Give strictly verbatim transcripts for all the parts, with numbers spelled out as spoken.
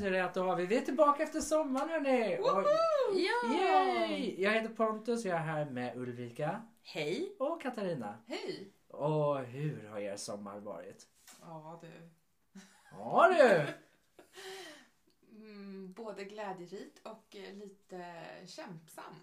till det att då har vi, vi är tillbaka efter sommaren hörni. Och, Ja! yay! Jag heter Pontus, jag är här med Ulrika. Hej! Och Katarina. Hej! Och hur har er sommar varit? Ja du. Ja du! Mm, både glädjerikt och eh, lite kämpsam.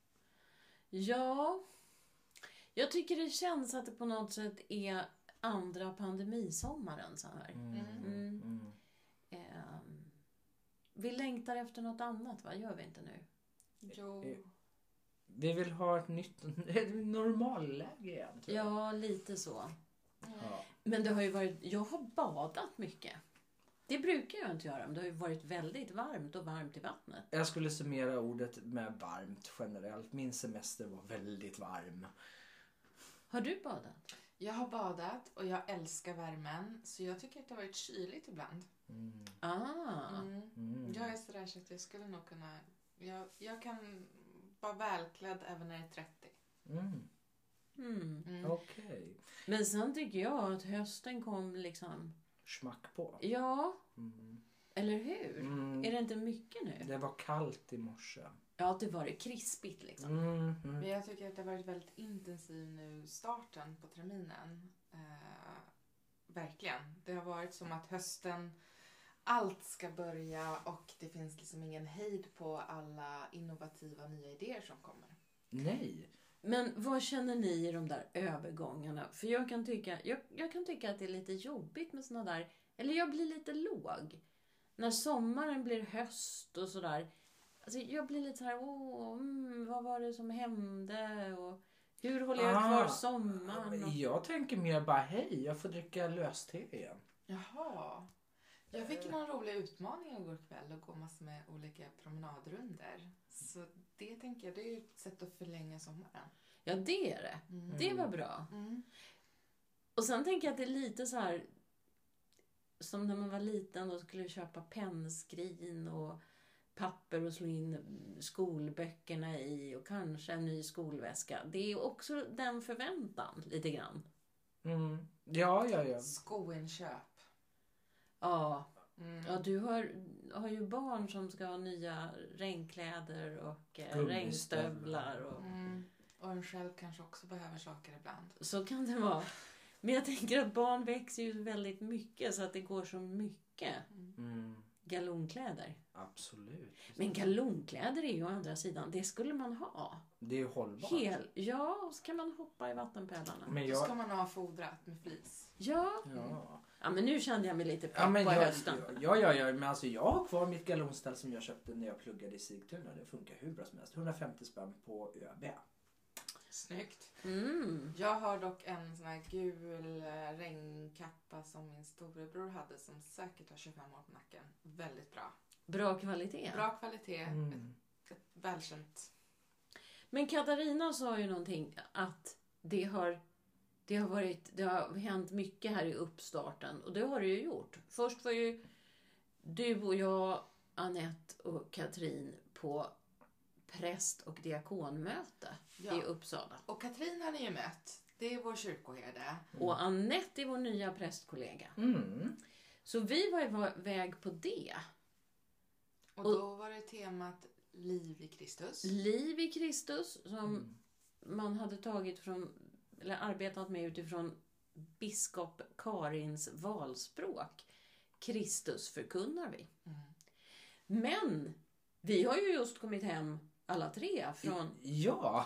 Ja, jag tycker det känns att det på något sätt är andra pandemisommaren så här. Mm. Mm. Mm. Ehm, vi längtar efter något annat, va? Gör vi inte nu? Jo. Eh, Vi vill ha ett nytt ett normalläge igen. tror jag. Ja, lite så. Ja. Men det har ju varit, jag har badat mycket. Det brukar jag inte göra, men det har ju varit väldigt varmt och varmt i vattnet. Jag skulle summera ordet med varmt generellt. Min semester var väldigt varm. Har du badat? Jag har badat och jag älskar värmen. Så jag tycker att det har varit kyligt ibland. Mm. Ah, Mm. Mm. Jag är sådär så att jag skulle nog kunna... Jag, jag kan vara välklädd även när det är trettio. Mm. mm. Mm. Okej. Men sen tycker jag att hösten kom liksom... Smack på. Ja, Mm. eller hur? Mm. Är det inte mycket nu? Det var kallt i morse. Ja, det var det krispigt liksom. Mm. Mm. Men jag tycker att det har varit väldigt intensiv nu starten på terminen. Eh, verkligen. Det har varit som att hösten, allt ska börja och det finns liksom ingen hejd på alla innovativa nya idéer som kommer. Nej. Men vad känner ni i de där övergångarna? För jag kan tycka, jag, jag kan tycka att det är lite jobbigt med såna där... Eller jag blir lite låg. När sommaren blir höst och sådär. Alltså jag blir lite så här, åh, mm, vad var det som hände? Och hur håller jag kvar Ah. sommaren? Och... Jag tänker mer bara, hej, jag får dricka löste igen. Jaha. Jag fick någon rolig utmaning igår kväll och gå massor med olika promenadrunder. Så det tänker jag, det är ju ett sätt att förlänga sommaren. Ja, det är det. Mm. Det var bra. Mm. Och sen tänker jag att det är lite så här... Som när man var liten och skulle köpa pennskrin och papper och slå in skolböckerna i och kanske en ny skolväska. Det är också den förväntan lite grann. Mm. Ja, ja, ja. Skoinköp. Ja, Mm. ja du har, har ju barn som ska ha nya regnkläder och eh, Gummistövlar. regnstövlar. Och, Mm. Och en själv kanske också behöver saker ibland. så kan det vara. Men jag tänker att barn växer ju väldigt mycket så att det går så mycket Mm. galonkläder. Absolut. Men galonkläder är ju å andra sidan, det skulle man ha. Det är ju hållbart. Hel, ja, och så kan man hoppa i vattenpölarna. Men Då ska jag... man ha fodrat med flis. Ja. Ja. ja, men nu kände jag mig lite pepp Ja, men på jag, hösten. ja, ja, ja, men alltså jag har kvar mitt galonställ som jag köpte när jag pluggade i Sigtuna. Det funkar hur bra som helst. hundrafemtio spänn på ÖB. Snyggt. Mm. Jag har dock en sån här gul eh, regnkappa som min storebror hade som säkert har tjugofem år på nacken. Väldigt bra. Bra kvalitet. Bra kvalitet. Mm. Ett, ett välkänt. Men Katarina sa ju någonting att det har, det har varit, det har hänt mycket här i uppstarten. Och det har det ju gjort. Först var ju du och jag, Anette och Katrin på präst- och diakonmöte Ja. i Uppsala. Och Katrin har ni ju mött. Det är vår kyrkoherde. Och Anette är vår nya prästkollega. Mm. Så vi var ju väg på det. Och Och- då var det temat liv i Kristus. Liv i Kristus som Mm. man hade tagit från, eller arbetat med utifrån biskop Karins valspråk. Kristus förkunnar vi. Mm. Men vi har ju just kommit hem alla tre från... Ja,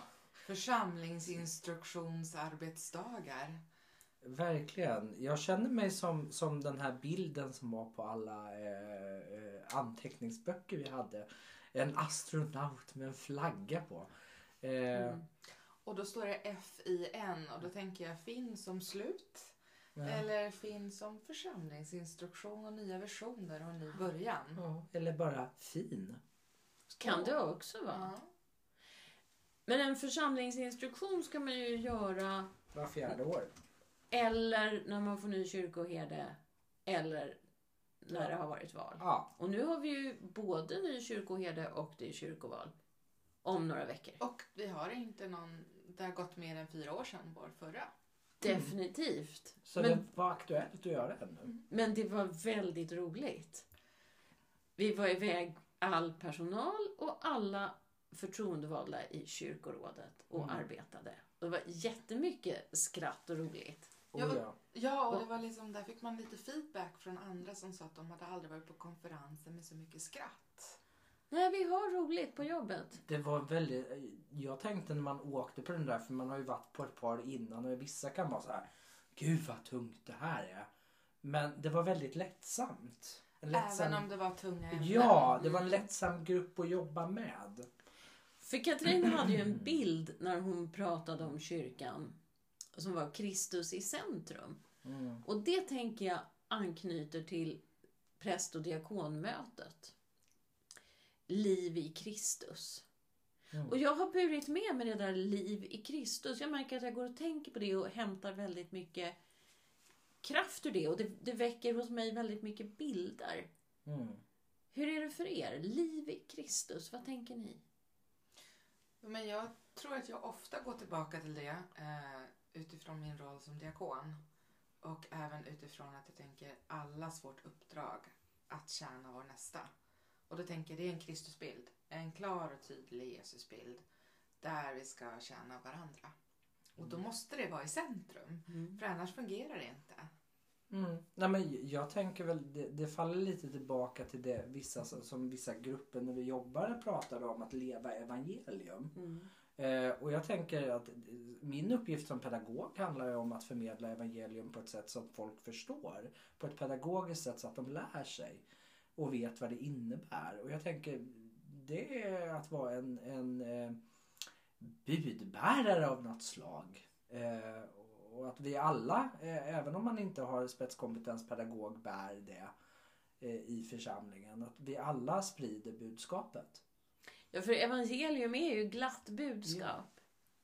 Församlingsinstruktionsarbetsdagar. verkligen. Jag känner mig som, som den här bilden som var på alla eh, eh, anteckningsböcker vi hade. En astronaut med en flagga på. Eh, Mm. Och då står det F I N och då tänker jag fin som slut. ja. Eller fin som församlingsinstruktion och nya versioner och en ny början. Ja, eller bara fin. Kan det också vara. Ja. Men en församlingsinstruktion ska man ju göra Var fjärde år. eller när man får ny kyrkoherde eller när Ja. det har varit val. Ja. Och nu har vi ju både ny kyrkoherde och det är kyrkoval om några veckor. Och vi har inte någon, det har gått mer än fyra år sedan vår förra. Definitivt. Så Men- det var aktuellt att göra det nu. Men det var väldigt roligt. Vi var iväg all personal och alla förtroendevalda i kyrkorådet och Mm. arbetade. Det var jättemycket skratt och roligt. Oh, Ja, ja. Ja, och det var liksom, där fick man lite feedback från andra som sa att de hade aldrig varit på konferenser med så mycket skratt. Nej, vi har roligt på jobbet. Det var väldigt, jag tänkte när man åkte på den där, för man har ju varit på ett par innan och vissa kan vara så här, gud vad tungt det här är. Men det var väldigt lättsamt. En lättsam, Även om det var tunga ämnen. ja, det var en lättsam grupp att jobba med. För Katarina hade ju en bild när hon pratade om kyrkan som var Kristus i centrum. Mm. Och det tänker jag anknyter till präst- och diakonmötet. Liv i Kristus. Mm. Och jag har burit med mig det där liv i Kristus. Jag märker att jag går och tänker på det och hämtar väldigt mycket kraft ur det. Och det, det väcker hos mig väldigt mycket bilder. Mm. Hur är det för er? Liv i Kristus, vad tänker ni? Men jag tror att jag ofta går tillbaka till det eh, utifrån min roll som diakon. Och även utifrån att jag tänker allas vårt uppdrag att tjäna vår nästa. Och då tänker jag det är en Kristusbild. En klar och tydlig Jesusbild. Där vi ska tjäna varandra. Och då måste det vara i centrum. Mm. För annars fungerar det inte. Mm. Nej, men jag tänker väl, det, det faller lite tillbaka till det vissa, som vissa grupper när vi jobbar pratar om att leva evangelium. Mm. Eh, och jag tänker att min uppgift som pedagog handlar ju om att förmedla evangelium på ett sätt som folk förstår. På ett pedagogiskt sätt så att de lär sig och vet vad det innebär. Och jag tänker, det är att vara en, en eh, budbärare av något slag. Eh, och att vi alla, eh, även om man inte har spetskompetens pedagog, bär det eh, i församlingen. Att vi alla sprider budskapet. Ja, för evangelium är ju glatt budskap.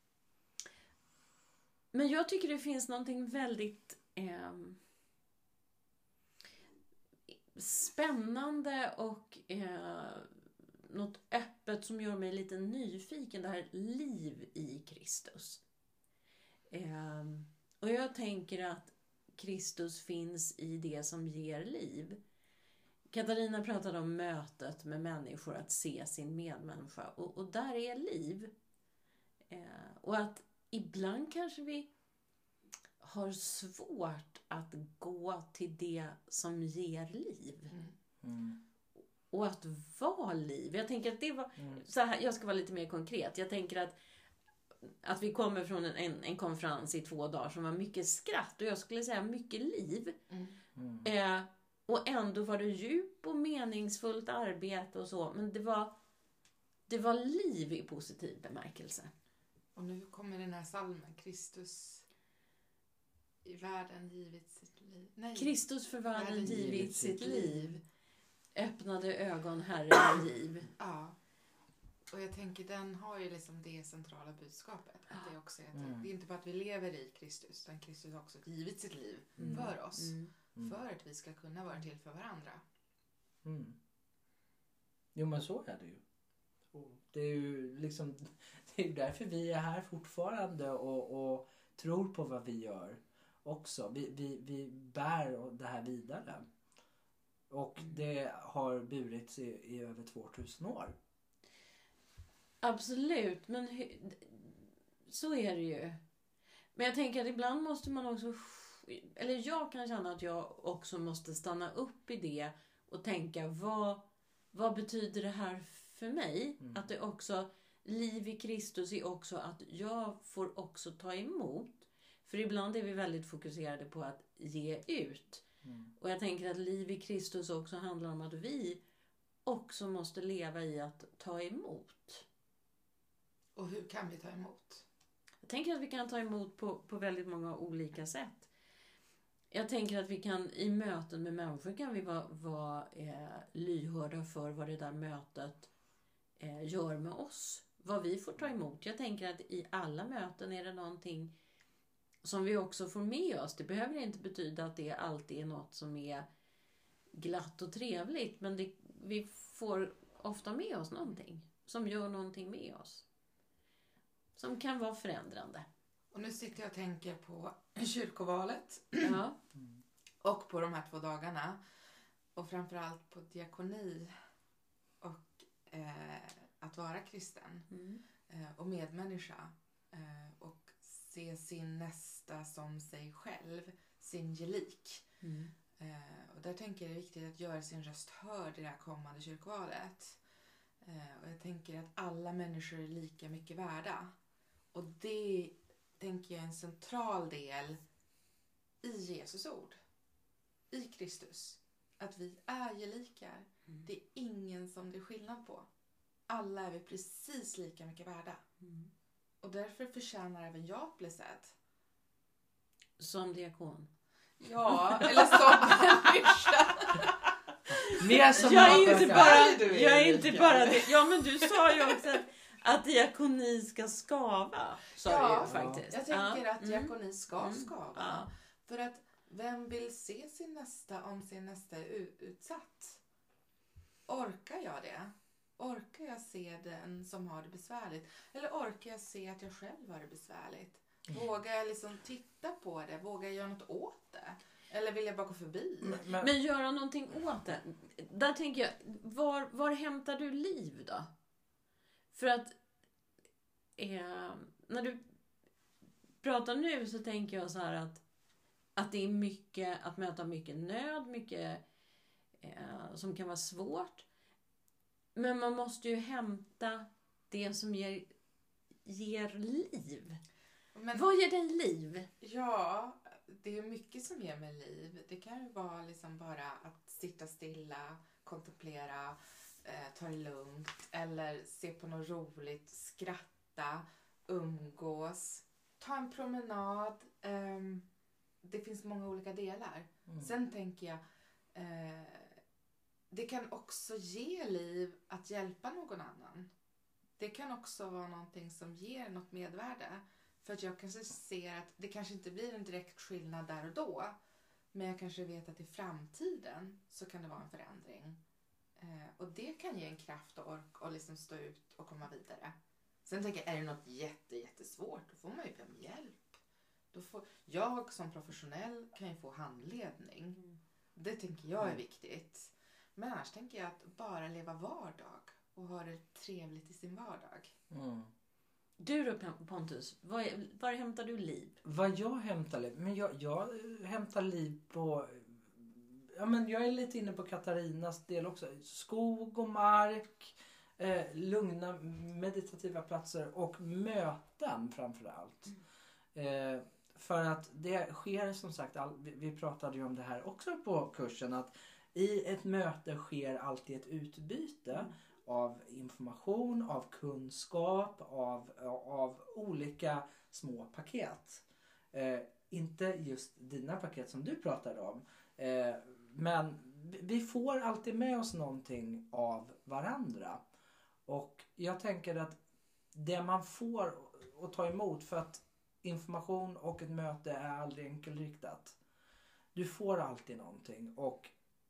Men jag tycker det finns någonting väldigt eh, spännande och eh, något öppet som gör mig lite nyfiken. Det här liv i Kristus. Eh, och jag tänker att Kristus finns i det som ger liv. Katarina pratade om mötet med människor, att se sin medmänniska. Och, och där är liv. Eh, och att ibland kanske vi har svårt att gå till det som ger liv. Mm. Mm. Och att vara liv. Jag tänker att det var... Mm. Så här, jag ska vara lite mer konkret. Jag tänker att, att vi kommer från en, en, en konferens i två dagar som var mycket skratt. Och jag skulle säga mycket liv. Mm. Mm. Eh, och ändå var det djup och meningsfullt arbete och så. Men det var, det var liv i positiv bemärkelse. Och nu kommer den här salmen. Kristus i världen givit sitt liv. Nej. Kristus för världen Världen givit givit sitt sitt liv. Öppnade ögon Herren giv. Ja. Och jag tänker den har ju liksom det centrala budskapet. Att det, också är att Mm. det är inte bara att vi lever i Kristus. Utan Kristus har också givit sitt liv Mm. för oss. Mm. Mm. För att vi ska kunna vara till för varandra. Mm. Jo, men så är det ju. Och det är ju liksom, det är ju därför vi är här fortfarande och, och tror på vad vi gör också. Vi, vi, vi bär det här vidare. Och det har burits i, i över tvåtusen år. Absolut, men hu- så är det ju. Men jag tänker att ibland måste man också, eller jag kan känna att jag också måste stanna upp i det och tänka, vad, vad betyder det här för mig? Mm. Att det också, liv i Kristus är också att jag får också ta emot. För ibland är vi väldigt fokuserade på att ge ut. Mm. Och jag tänker att liv i Kristus också handlar om att vi också måste leva i att ta emot. Och hur kan vi ta emot? Jag tänker att vi kan ta emot på, på väldigt många olika sätt. Jag tänker att vi kan i möten med människor kan vi vara, vara eh, lyhörda för vad det där mötet eh, gör med oss. Vad vi får ta emot. Jag tänker att i alla möten är det någonting som vi också får med oss. Det behöver inte betyda att det alltid är något som är glatt och trevligt. Men det, vi får ofta med oss någonting som gör någonting med oss. Som kan vara förändrande. Och nu sitter jag och tänker på kyrkovalet. Ja. Och på de här två dagarna. Och framförallt på diakoni att vara kristen Mm. eh, och medmänniska eh, och se sin nästa som sig själv, sin gelik. Mm. Eh, och där tänker jag det är viktigt att göra sin röst hörd i det här kommande kyrkvalet. Eh, och jag tänker att alla människor är lika mycket värda. Och det tänker jag är en central del i Jesus ord. I Kristus. Att vi är gelikar. Mm. Det är ingen som det är skillnad på. Alla är vi precis lika mycket värda. Mm. Och därför förtjänar även jag att bli sedd. Som diakon. Ja, eller som människa. Mer som Jag är man- inte bara, Du är jag är lika. inte bara det. Ja, men du sa ju också att, att diakoni ska skava. Sa Ja, du ju faktiskt. Jag tänker Ja. att diakoni ska Mm. skava. Ja. För att vem vill se sin nästa om sin nästa är u- utsatt? Orkar jag det? Orkar jag se den som har det besvärligt? Eller orkar jag se att jag själv har det besvärligt? Vågar jag liksom titta på det? Vågar jag göra något åt det? Eller vill jag bara gå förbi? Men, Men göra någonting åt det. Där tänker jag, var, var hämtar du liv då? För att eh, när du pratar nu så tänker jag så här att, att det är mycket, att möta mycket nöd, mycket eh, som kan vara svårt. Men man måste ju hämta det som ger, ger liv. Men, Vad ger dig liv? ja, det är mycket som ger mig liv. Det kan ju vara liksom bara att sitta stilla, kontemplera, eh, ta det lugnt. Eller se på något roligt, skratta, umgås, ta en promenad. ehm, det finns många olika delar. Mm. Sen tänker jag, eh, det kan också ge liv att hjälpa någon annan. Det kan också vara någonting som ger något medvärde. För att jag kanske ser att det kanske inte blir en direkt skillnad där och då. Men jag kanske vet att i framtiden så kan det vara en förändring. Eh, och det kan ge en kraft och ork och liksom stå ut och komma vidare. Sen tänker jag, är det något jätte, jättesvårt, då får man ju be om hjälp. Då får, jag som professionell kan ju få handledning. Mm. Det tänker jag är Mm. viktigt. Men annars tänker jag att bara leva vardag och ha det trevligt i sin vardag. Mm. Du då Pontus, var, var hämtar du liv? Vad jag hämtar liv? Men jag, jag hämtar liv på... Ja, men jag är lite inne på Katarinas del också. Skog och mark, eh, lugna meditativa platser och möten framför allt. Eh, för att det sker som sagt, all, vi, vi pratade ju om det här också på kursen, att i ett möte sker alltid ett utbyte. Mm. Av information, av kunskap, av, av olika små paket. Eh, inte just dina paket som du pratade om. Eh, men vi får alltid med oss någonting av varandra. Och jag tänker att det man får att ta emot, för att information och ett möte är aldrig enkelriktat. Du får alltid någonting och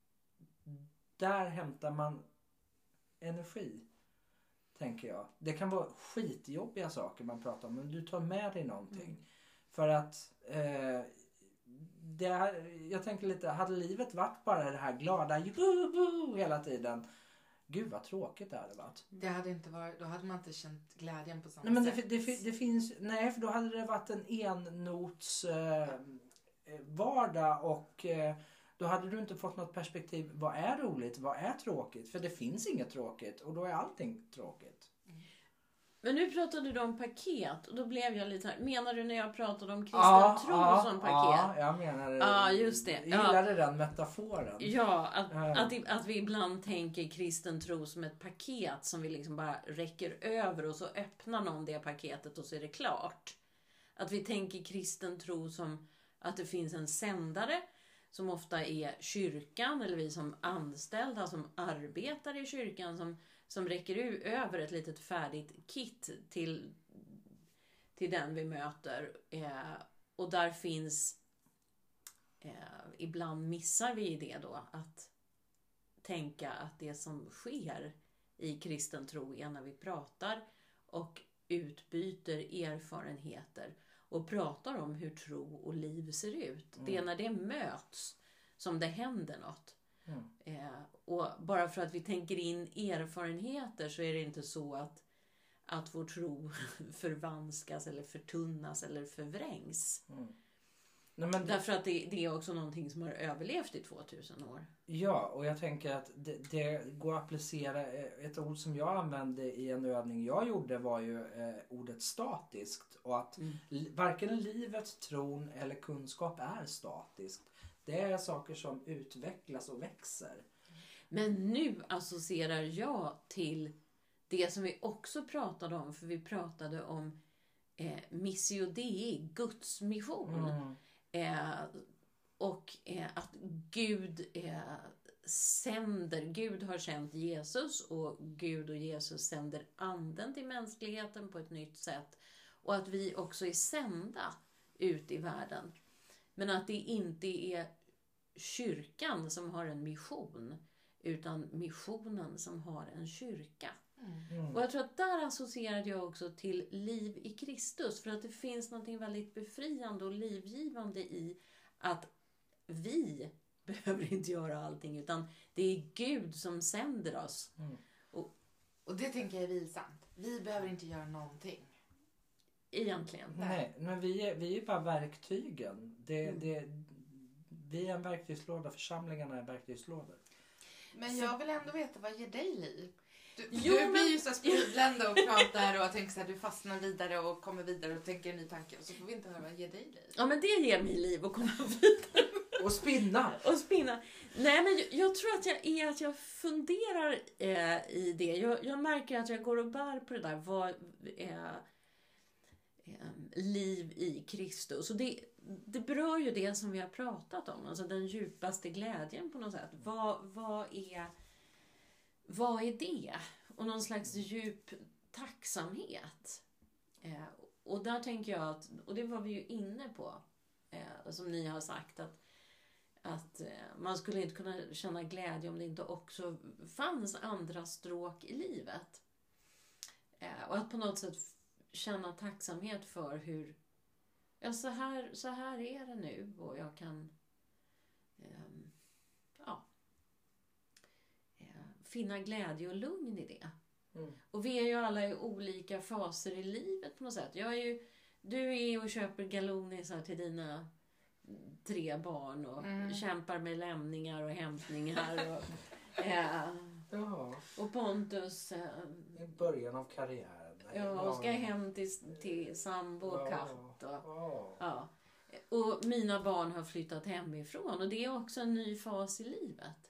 där hämtar man energi, tänker jag. Det kan vara skitjobbiga saker man pratar om, men du tar med dig någonting. Mm. För att eh, det här, jag tänker lite, hade livet varit bara det här glada juhu hela tiden, gud vad tråkigt det hade varit. Det hade inte varit, då hade man inte känt glädjen på samma Nej, men det, sätt. det, det finns, nej, för då hade det varit en ennots eh, vardag och eh, då hade du inte fått något perspektiv. Vad är roligt? Vad är tråkigt? För det finns inget tråkigt och då är allting tråkigt. Men nu pratade du om paket och då blev jag lite här. Menar du när jag pratade om kristen Ja, tro ja, som paket? ja, jag menar det. Ja, just det. Jag gillade den metaforen. Ja, att, Ja. att, att vi ibland tänker kristen tro som ett paket som vi liksom bara räcker över och så öppnar någon det paketet och så är det klart. Att vi tänker kristen tro som att det finns en sändare som ofta är kyrkan eller vi som anställda som arbetar i kyrkan som, som räcker u- över ett litet färdigt kit till, till den vi möter. Eh, och där finns, eh, ibland missar vi det då, att tänka att det som sker i kristen tro är när vi pratar och utbyter erfarenheter och pratar om hur tro och liv ser ut. Mm. Det är när det möts som det händer något. Mm. Eh, och bara för att vi tänker in erfarenheter så är det inte så att, att vår tro förvanskas eller förtunnas eller förvrängs. Mm. Nej, men Därför att det, det är också någonting som har överlevt i tvåtusen år. Ja, och jag tänker att det, det går att applicera. Ett ord som jag använde i en övning jag gjorde var ju eh, ordet statiskt. Och att Mm. li, varken livet, tron eller kunskap är statiskt. Det är saker som utvecklas och växer. Men nu associerar jag till det som vi också pratade om. För vi pratade om eh, Missio Dei, Guds mission. Mm. Eh, och eh, att Gud eh, sänder, Gud har sänt Jesus och Gud och Jesus sänder anden till mänskligheten på ett nytt sätt. Och att vi också är sända ut i världen. Men att det inte är kyrkan som har en mission utan missionen som har en kyrka. Mm. Och jag tror att där associerade jag också till liv i Kristus. För att det finns något väldigt befriande och livgivande i att vi behöver inte göra allting. Utan det är Gud som sänder oss. Mm. Och, Och det tänker jag är vilsamt. Vi behöver inte göra någonting. egentligen. Nej, men vi är, vi är bara verktygen. Det, Mm. det, vi är en verktygslåda, församlingarna är verktygslådor. Men jag vill ändå veta, vad ger dig liv? Du, Jo, du men- blir ju så sprudlande och pratar och tänker så här, du fastnar vidare och kommer vidare och tänker en ny tanke. Och så får vi inte höra, vad ger dig liv? Ja, men det ger mig liv att komma vidare Och spinna! och spinna. Nej, men jag, jag tror att jag är att jag funderar eh, i det. Jag, jag märker att jag går och bär på det där. Vad, eh, eh, liv i Kristus. Och det, det berör ju det som vi har pratat om. Alltså den djupaste glädjen på något sätt. Vad, vad, är, vad är det? Och någon slags djup tacksamhet. Eh, och där tänker jag att, och det var vi ju inne på. Eh, som ni har sagt att att eh, man skulle inte kunna känna glädje om det inte också fanns andra stråk i livet. Eh, och att på något sätt f- känna tacksamhet för hur ja, så här, så här är det nu och jag kan ehm, ja, eh, finna glädje och lugn i det. Mm. Och vi är ju alla i olika faser i livet på något sätt. Jag är ju, du är och köper galonisar till dina tre barn och Mm. kämpar med lämningar och hämtningar. Och, eh, Ja, och Pontus eh, i början av karriären. ja, och ska hem till, till sambo och katt. Och, Ja. ja. Och mina barn har flyttat hemifrån och det är också en ny fas i livet.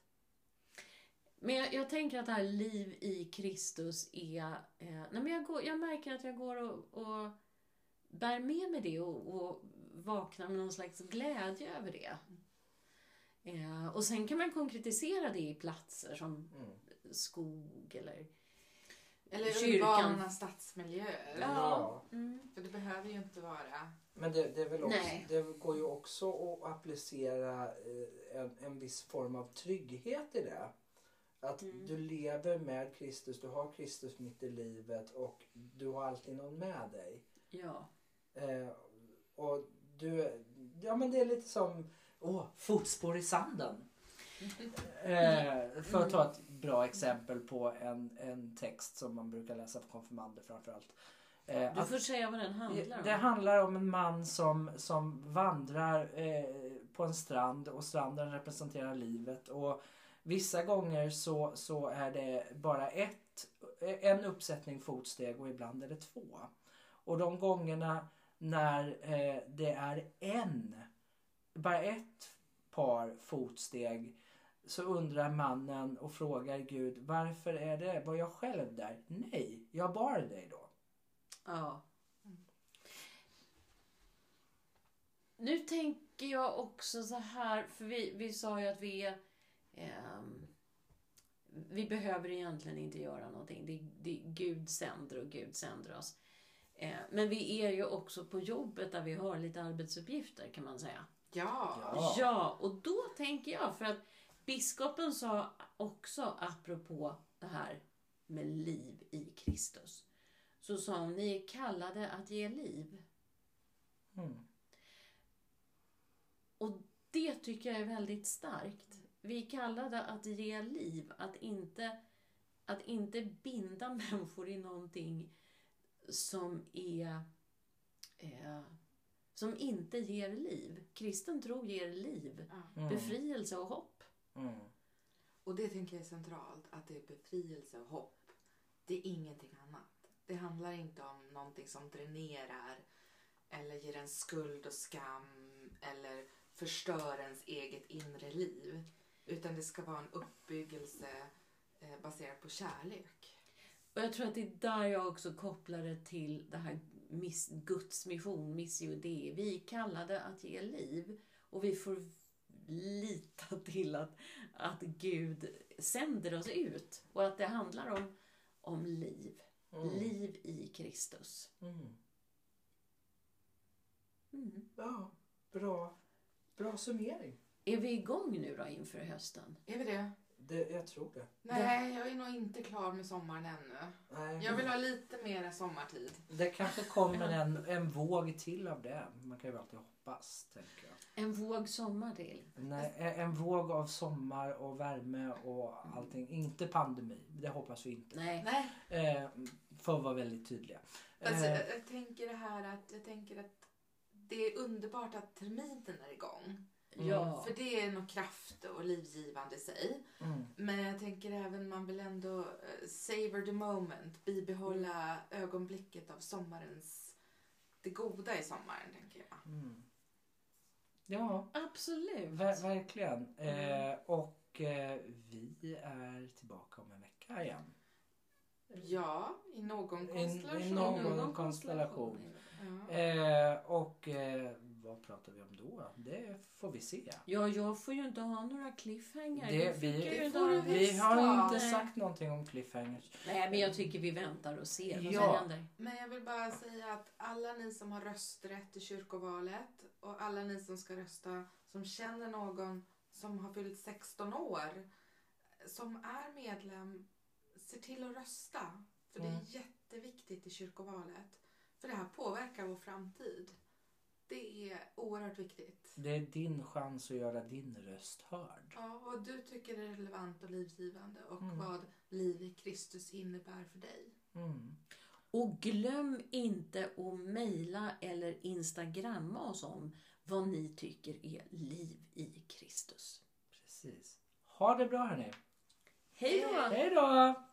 Men jag, jag tänker att det här liv i Kristus är... Eh, nej men jag, går, jag märker att jag går och, och bär med mig det och, och vaknar med någon slags glädje över det. Eh, och sen kan man konkretisera det i platser som Mm. skog eller... Eller Kyrkan. urbana stadsmiljöer. Ja. Mm. För det behöver ju inte vara... Men det, det, är väl också, Nej. det går ju också att applicera eh, en, en viss form av trygghet i det. Att Mm. du lever med Kristus, du har Kristus mitt i livet och du har alltid någon med dig. Ja. Eh, och du, ja men det är lite som åh, fotspår i sanden. Eh, för att ta ett bra exempel på en, en text som man brukar läsa för konfirmander framförallt. Eh, Du att- får säga vad den handlar om. det handlar om en man som, som vandrar eh, på en strand och stranden representerar livet. Och vissa gånger så, så är det bara ett, en uppsättning fotsteg och ibland är det två. Och de gångerna när eh, det är en, bara ett par fotsteg så undrar mannen och frågar Gud, varför är det, var jag själv där? Nej, jag bar dig då. Ja. Nu tänker jag också så här, för vi, vi sa ju att vi är, ehm, vi behöver egentligen inte göra någonting. Det, det, Gud sänder och Gud sänder oss. Eh, men vi är ju också på jobbet där vi har lite arbetsuppgifter kan man säga. Ja. Ja. Ja, och då tänker jag, för att biskopen sa också apropå det här med liv i Kristus. Så sa hon, ni är kallade att ge liv. Mm. Och det tycker jag är väldigt starkt. vi är kallade att ge liv. Att inte, att inte binda människor i någonting som är eh, som inte ger liv. Kristen tro ger liv, Ja. Mm. befrielse och hopp. Mm. Och det tänker jag är centralt, att det är befrielse och hopp. Det är ingenting annat. Det handlar inte om någonting som dränerar eller ger en skuld och skam eller förstör ens eget inre liv. Utan det ska vara en uppbyggelse eh, baserad på kärlek. Och jag tror att det är där jag också kopplar det till det här miss, Guds mission, missio Dei. Vi är kallade att ge liv och vi får lita till att, att Gud sänder oss ut. Och att det handlar om, om liv. Mm. Liv i Kristus. Mm. Mm. Ja, bra, bra summering. Är vi igång nu då inför hösten? Är vi det? Det, jag tror det. Nej, jag är nog inte klar med sommaren ännu. Nej, Jag vill ha lite mer sommartid. Det kanske kommer en, en våg till av det. Man kan ju alltid hoppas, tänker jag. En våg sommar till. Nej, en, en våg av sommar och värme och allting. Inte pandemi, det hoppas vi inte. Nej. Nej, Eh, för att vara väldigt tydliga. alltså, Eh, jag, jag tänker det här att jag tänker att det är underbart att terminen är igång. Mm. Ja. För det är nog kraft och livgivande i sig. mm, Men jag tänker även man vill ändå uh, savor the moment. Bibehålla ögonblicket av sommarens, det goda i sommaren, tänker jag. mm. Ja, Absolut. ver- verkligen. Eh, och eh, vi är tillbaka om en vecka igen. Ja, i någon I- konstellation. i någon- Någon konstellation. Ja. Eh, och eh, vad pratar vi om då? Det får vi se. Ja, jag får ju inte ha några cliffhanger. Det- Jag fick vi- ju Det inte får ha- du Vi visst har ha. inte Nej. sagt någonting om cliffhangers. Nej, men jag tycker vi väntar och ser vad Ja. som händer. Men jag vill bara säga att alla ni som har rösträtt i kyrkovalet och alla ni som ska rösta som känner någon som har fyllt sexton år som är medlem, se till att rösta. För det Mm. är jätteviktigt i kyrkovalet. För det här påverkar vår framtid. Det är oerhört viktigt. Det är din chans att göra din röst hörd. Ja, vad du tycker är relevant och livgivande och Mm. vad liv i Kristus innebär för dig. Mm. Och glöm inte att mejla eller instagramma oss om vad ni tycker är liv i Kristus. Precis. Ha det bra hörni. Hej då! Hej då!